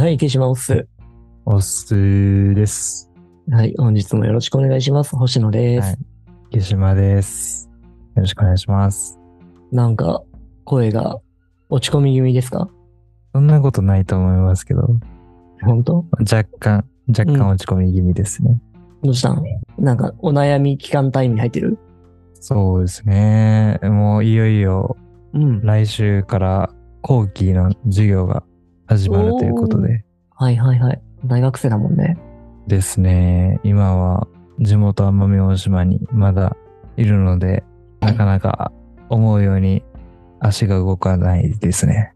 はい、池島おっす。 おすです。 はい、本日もよろしくお願いします。星野です。 はい、池島です。よろしくお願いします。 なんか、声が落ち込み気味ですか？ そんなことないと思いますけど、 本当？ 若干落ち込み気味ですね。 どうしたん？なんか、お悩み期間タイムに入ってる？ そうですね。もういよいよ来週から後期の授業が始まるということで。 はいはいはい。大学生だもんね。 ですね。今は地元奄美大島にまだいるので、なかなか思うように足が動かないですね。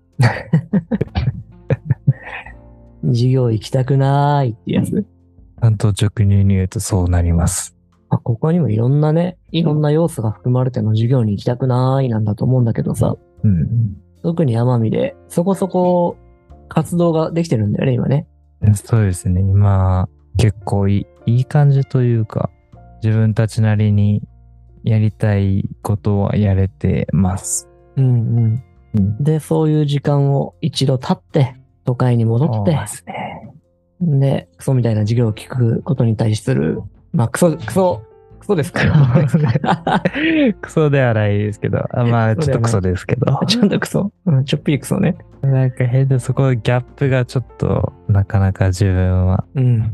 授業行きたくないってやつ。 単刀直入に言うとそうなります。 ここにもいろんな要素が含まれての授業に行きたくないなんだと思うんだけどさ。特に奄美でそこそこ活動ができてるんだよね、今ね。 そうですね。今結構いい感じというか、自分たちなりにやりたいことはやれてます。 で、そういう時間を一度経って都会に戻って、で、クソみたいな授業を聞くことに対する、まあ、クソですか？ クソではないですけど、まあ、ちょっとクソですけど。 ちょっとクソ。ちょっぴりクソね。 なんか変で、そこギャップがちょっと、なかなか自分は。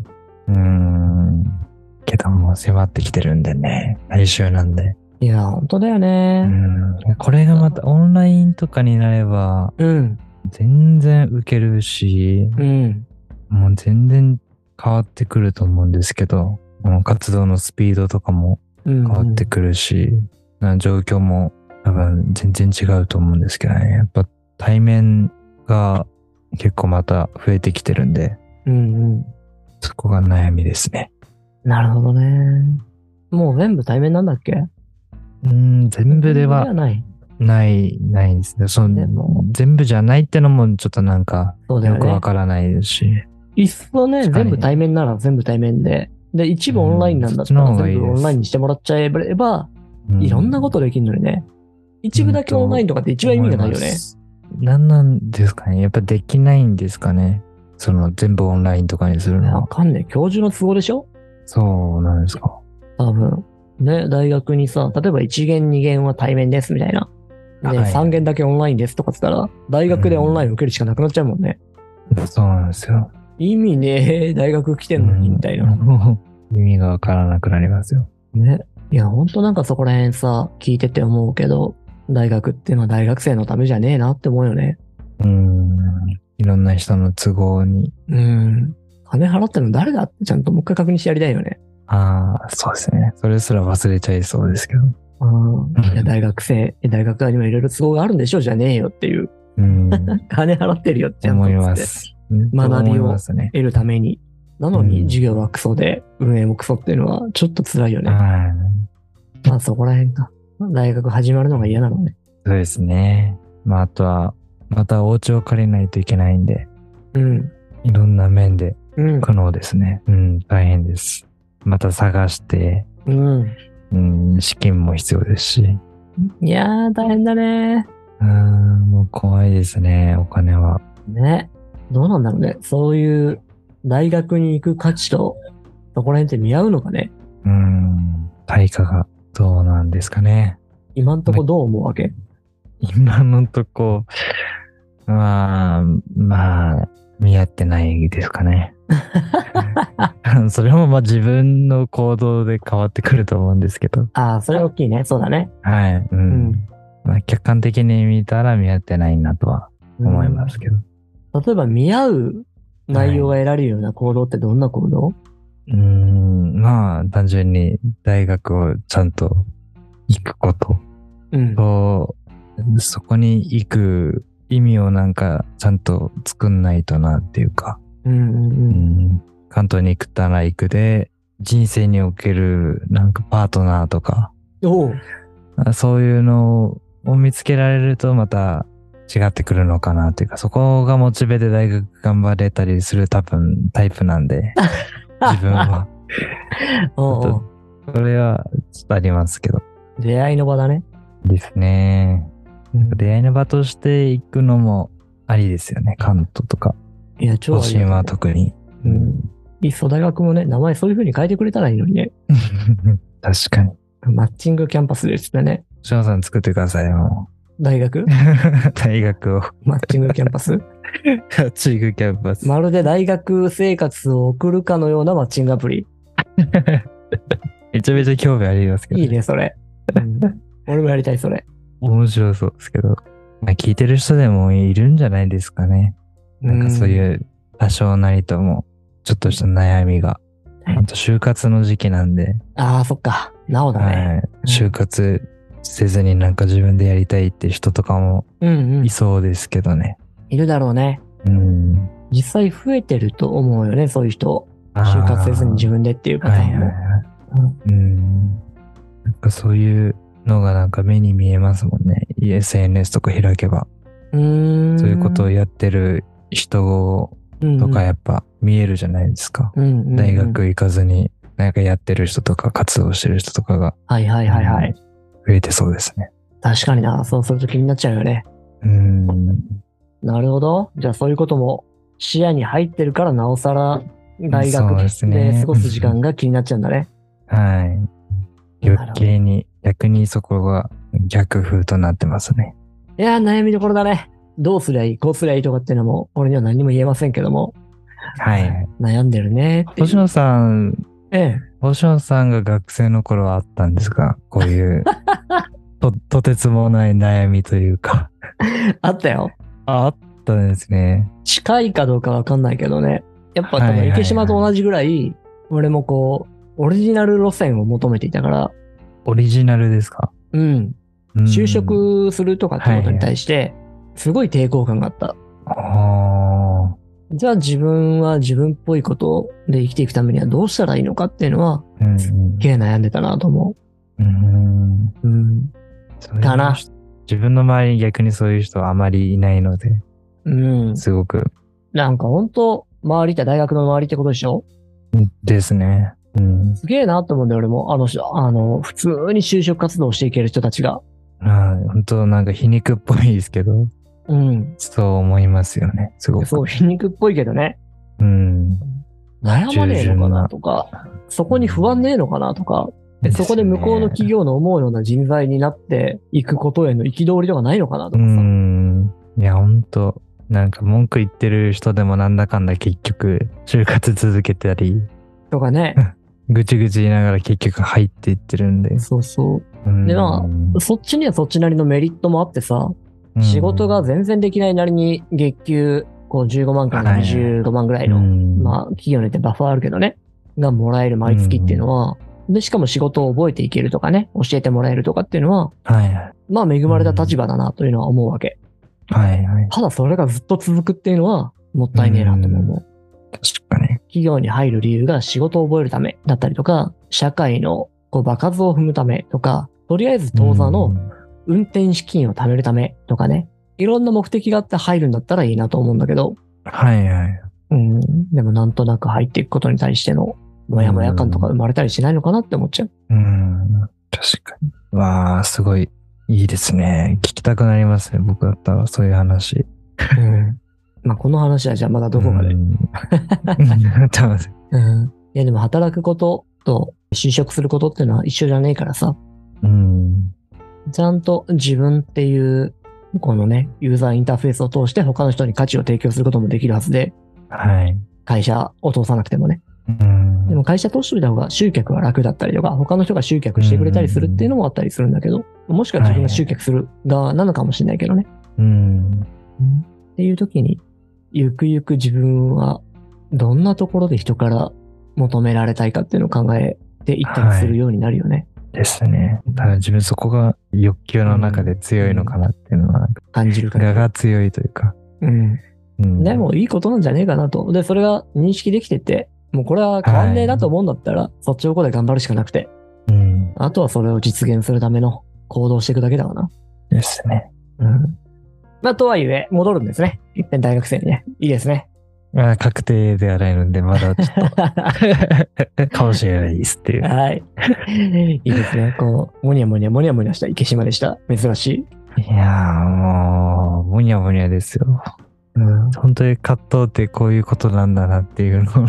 けどもう迫ってきてるんでね。来週なんで。 いや、本当だよね。 これがまたオンラインとかになれば、全然受けるし、もう全然変わってくると思うんですけど、活動のスピードとかも変わってくるし、状況も多分全然違うと思うんですけどね。やっぱ対面が結構また増えてきてるんで、そこが悩みですね。 なるほどね。もう全部対面なんだっけ？ 全部ではないですね。全部じゃないってのもちょっとなんかよくわからないですし。 いっそね、全部対面なら全部対面で、で、一部オンラインなんだったら全部オンラインにしてもらっちゃえば、いろんなことできるのにね。一部だけオンラインとかって一番意味がないよね。 何なんですかね。やっぱできないんですかね。全部オンラインとかにするのは。 わかんねえ。教授の都合でしょ？ そうなんですか。 多分。ね、大学にさ、例えば1限2限は対面ですみたいな。で、3限だけオンラインですとかって言ったら、大学でオンライン受けるしかなくなっちゃうもんね。 そうなんですよ。 意味ねえ、大学来てんのに、みたいな。 意味がわからなくなりますよ。 ね。いや、ほんとなんかそこら辺さ、聞いてて思うけど、大学っていうのは大学生のためじゃねえなって思うよね。 いろんな人の都合に。 金払ってるの誰だってちゃんともう一回確認してやりたいよね。 そうですね。それすら忘れちゃいそうですけど。 いや、大学側にもいろいろ都合があるんでしょうじゃねえよっていう。金払ってるよってちゃんと思います。 学びを得るために。なのに授業はクソで、運営もクソっていうのはちょっと辛いよね。まあそこら辺か。大学始まるのが嫌なのね。 そうですね。まああとは、またお家を借りないといけないんで。いろんな面で苦悩ですね。大変です。また探して、資金も必要ですし。 いやー、大変だね。 もう怖いですね、お金は。 ね。どうなんだろうね。そういう大学に行く価値と、そこら辺って見合うのかね。 対価がどうなんですかね。 今んとこどう思うわけ？ 今のとこ、まあ、見合ってないですかね。それもまあ自分の行動で変わってくると思うんですけど。 それ大きいね。そうだね。 はい。まあ、客観的に見たら見合ってないなとは思いますけど。 例えば見合う内容が得られるような行動ってどんな行動？ まあ単純に大学をちゃんと行くことと、そこに行く意味をなんかちゃんと作んないとなっていうか、関東に行くたら行くで人生におけるなんかパートナーとか、そういうのを見つけられるとまた違ってくるのかなっていうか、そこがモチベで大学頑張れたりするタイプなんで、自分は。それはちょっとありますけど。 出会いの場だね。 ですね。出会いの場として行くのもありですよね。関東とか。 いや、超都心は特に。 うん。いっそ大学もね、名前そういう風に変えてくれたらいいのにね。 確かに。 マッチングキャンパスですね。 星野さん作ってくださいよ。 大学大学を。 マッチングキャンパスマッチングキャンパス。 まるで大学生活を送るかのようなマッチングアプリ。 めちゃめちゃ興味ありますけど。 いいね、それ。俺もやりたい、それ。 面白そうですけど。聞いてる人でもいるんじゃないですかね。なんかそういう多少なりとも、ちょっとした悩みが。あと就活の時期なんで。 ああ、そっか。なおだね。 はい。就活せずになんか自分でやりたいって人とかもいそうですけどね。 いるだろうね。 うん。 実際増えてると思うよね、そういう人。就活せずに自分でっていうパターンも。 なんかそういうのがなんか目に見えますもんね。SNS とか開けば。そういうことをやってる人とかやっぱ見えるじゃないですか。大学行かずになんかやってる人とか活動してる人とかが。はいはいはいはい。増えてそうですね。 確かにな。そうすると気になっちゃうよね。なるほど。じゃあそういうことも視野に入ってるからなおさら大学で過ごす時間が気になっちゃうんだね。 はい。余計に逆にそこが逆風となってますね。 いやー、悩みどころだね。どうすりゃいい、こうすりゃいいとかっていうのも俺には何も言えませんけども。 はい。 悩んでるねっていう。 星野さん、星野さんが学生の頃はあったんですか？こういうとてつもない悩みというか。 あったよ。 あったんですね。 近いかどうかわかんないけどね。やっぱ多分池島と同じぐらい、俺もこう、オリジナル路線を求めていたから。 オリジナルですか？ うん。就職するとかってことに対して、すごい抵抗感があった。じゃあ自分は自分っぽいことで生きていくためにはどうしたらいいのかっていうのは、すっげえ悩んでたなと思う。かな。 自分の周りに逆にそういう人はあまりいないので、すごく。 なんか本当周りって大学の周りってことでしょ？ ですね。 すげえなと思うんだよ、俺も。普通に就職活動していける人たちが。 本当なんか皮肉っぽいですけど。そう思いますよね。すごく。 そう、皮肉っぽいけどね。悩まねえのかなとか、そこに不安ねえのかなとか、そこで向こうの企業の思うような人材になっていくことへの憤りとかないのかなとかさ。 いや、本当なんか文句言ってる人でもなんだかんだ結局、就活続けたり。 とかね。 ぐちぐち言いながら結局入っていってるんで。 そうそう。で、そっちにはそっちなりのメリットもあってさ、仕事が全然できないなりに月給こう15万から25万ぐらいの、企業によってバッファーあるけどね、がもらえる毎月っていうのは、で、しかも仕事を覚えていけるとかね、教えてもらえるとかっていうのは、まあ恵まれた立場だなというのは思うわけ。ただそれがずっと続くっていうのはもったいねえなと思う。 確かに。 企業に入る理由が仕事を覚えるためだったりとか、社会の場数を踏むためとか、とりあえず当座の運転資金を貯めるためとかね、いろんな目的があって入るんだったらいいなと思うんだけど、でもなんとなく入っていくことに対してのもやもや感とか生まれたりしないのかなって思っちゃう。 確かに。わあ、すごいいいですね。聞きたくなりますね。僕だったらそういう話。 まあこの話はじゃあまだどこまで。いやでも働くことと就職することっていうのは一緒じゃねえからさ。ちゃんと自分っていうこのね、ユーザーインターフェースを通して他の人に価値を提供することもできるはずで、会社を通さなくてもね。でも会社通しておいた方が集客は楽だったりとか、他の人が集客してくれたりするっていうのもあったりするんだけど、もしくは自分が集客する側なのかもしれないけどね。っていう時に、ゆくゆく自分はどんなところで人から求められたいかっていうのを考えていったりするようになるよね。 ですね。ただ自分そこが欲求の中で強いのかなっていうのは感じるから。 我が強いというか。 でもいいことなんじゃねえかなと。で、それが認識できてて、もうこれは変わんねえなと思うんだったら、そっちの方で頑張るしかなくて。あとはそれを実現するための行動をしていくだけだわな。 ですね。 まあ、とはいえ、戻るんですね。一遍大学生にね。いいですね。 確定ではないので、まだちょっと、かもしれないですっていう。 はい。いいですね。こう、もにゃもにゃした池島でした。珍しい。 いやー、もう、もにゃもにゃですよ。 本当に葛藤ってこういうことなんだなっていうの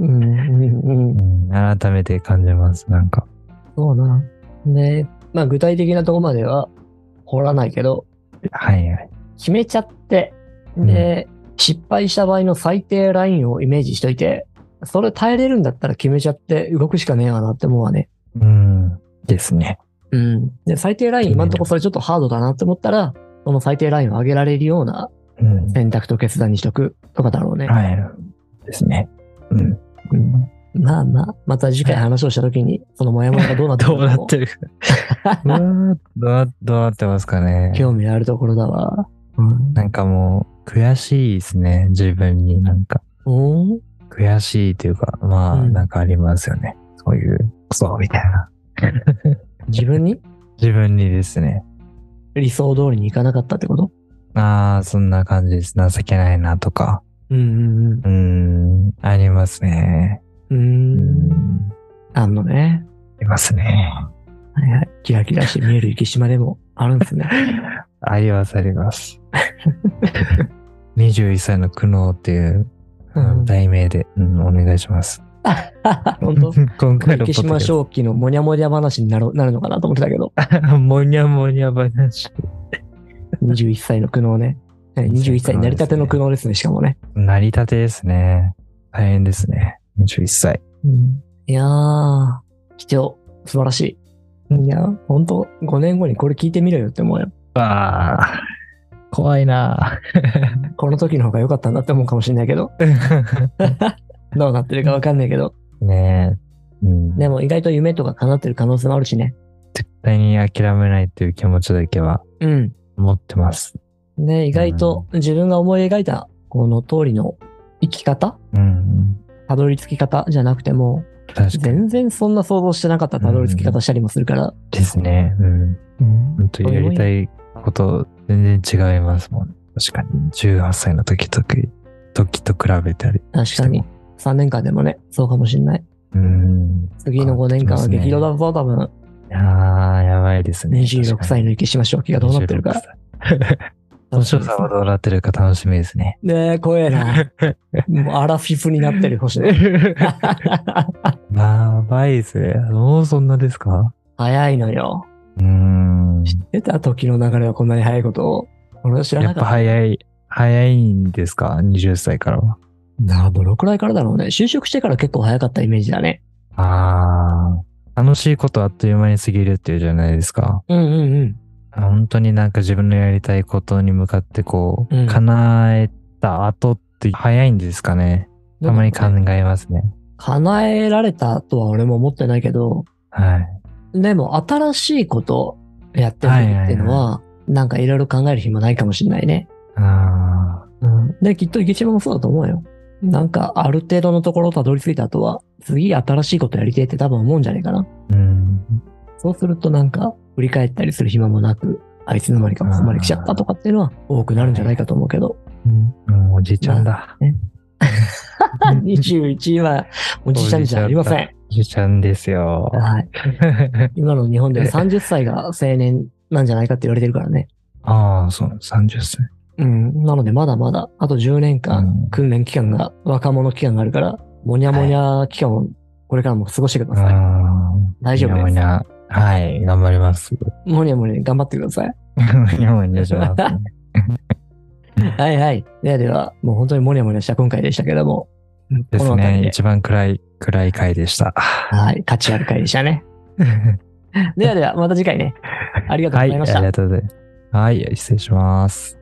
を改めて感じます、なんか。 そうな。で、まあ具体的なところまでは掘らないけど、 はいはい。 決めちゃって、で、失敗した場合の最低ラインをイメージしといて、それ耐えれるんだったら決めちゃって動くしかねえわなって思うわね。 ですね。 で、最低ライン、今んとこそれちょっとハードだなって思ったら、その最低ラインを上げられるような選択と決断にしとくとかだろうね。 はい。ですね。 まあまあ、また次回話をしたときに、そのモヤモヤがどうなってるか。 どうなってるか。どうなってますかね。 興味あるところだわ。 なんかもう、悔しいですね。自分になんか。悔しいというか、まあ、なんかありますよね。そういう、クソみたいな。 自分にですね。 理想通りにいかなかったってこと？ ああ、そんな感じです。情けないなとか。ありますね。 あんのね。 ありますね。 はいはい。キラキラして見える雪島でもあるんですね。 あります。21歳の苦悩っていう題名で、お願いします。 本当？今回の雪島正気のモニャモニャ話になるのかなと思ってたけど。 モニャモニャ話。 21歳の苦悩ね。21歳になりたての苦悩ですね、しかもね。 なりたてですね。大変ですね。21歳。 いやー、貴重。素晴らしい。いや、ほんと、5年後にこれ聞いてみろよって思うよ。 ああ、怖いなこの時の方が良かったんだって思うかもしれないけど。どうなってるかわかんないけど。 ねえ。 でも意外と夢とか叶ってる可能性もあるしね。 絶対に諦めないっていう気持ちだけは、持ってます。 ね、意外と自分が思い描いたこの通りの生き方、たどり着き方じゃなくても、全然そんな想像してなかったたどり着き方したりもするから。 ですね。本当にやりたいこと全然違いますもん。確かに。18歳の時と比べたり。 確かに。3年間でもね、そうかもしんない。次の5年間は激動だぞ、多分。 やばいですね。 26歳の池島正気がどうなってるか。 面白さはどうなってるか楽しみですね。 ねえ、怖えな。もうアラフィフになってる星ね。 やばいですね。もうそんなですか？ 早いのよ。知ってた？時の流れはこんなに早いことを。俺は知らなかった。 やっぱ早いんですか？20歳からは。 どのくらいからだろうね。就職してから結構早かったイメージだね。 楽しいことあっという間に過ぎるっていうじゃないですか。本当になんか自分のやりたいことに向かって叶えた後って早いんですかね。たまに考えますね。 叶えられたとは俺も思ってないけど、でも新しいことやってる時っていうのは、なんかいろいろ考える暇ないかもしれないね。で、きっと池島もそうだと思うよ。なんかある程度のところをたどり着いた後は、次新しいことやりてえって多分思うんじゃないかな。そうするとなんか振り返ったりする暇もなく、あいつの間にかここまで来ちゃったとかっていうのは多くなるんじゃないかと思うけど。 おじいちゃんだ。 21はおじいちゃんじゃありません。 おじいちゃんですよ。 今の日本では30歳が青年なんじゃないかって言われてるからね。 そう、30歳。 なのでまだまだ、あと10年間訓練期間が、若者期間があるから、もにゃもにゃ期間をこれからも過ごしてください。大丈夫です。 もにゃもにゃ、頑張ります。 もにゃもにゃ頑張ってください。 もにゃもにゃします。 はい。では、もう本当にもにゃもにゃした今回でしたけども。 ですね。一番暗い回でした。 価値ある回でしたね。では、また次回ね。ありがとうございました。 ありがとうございます。失礼します。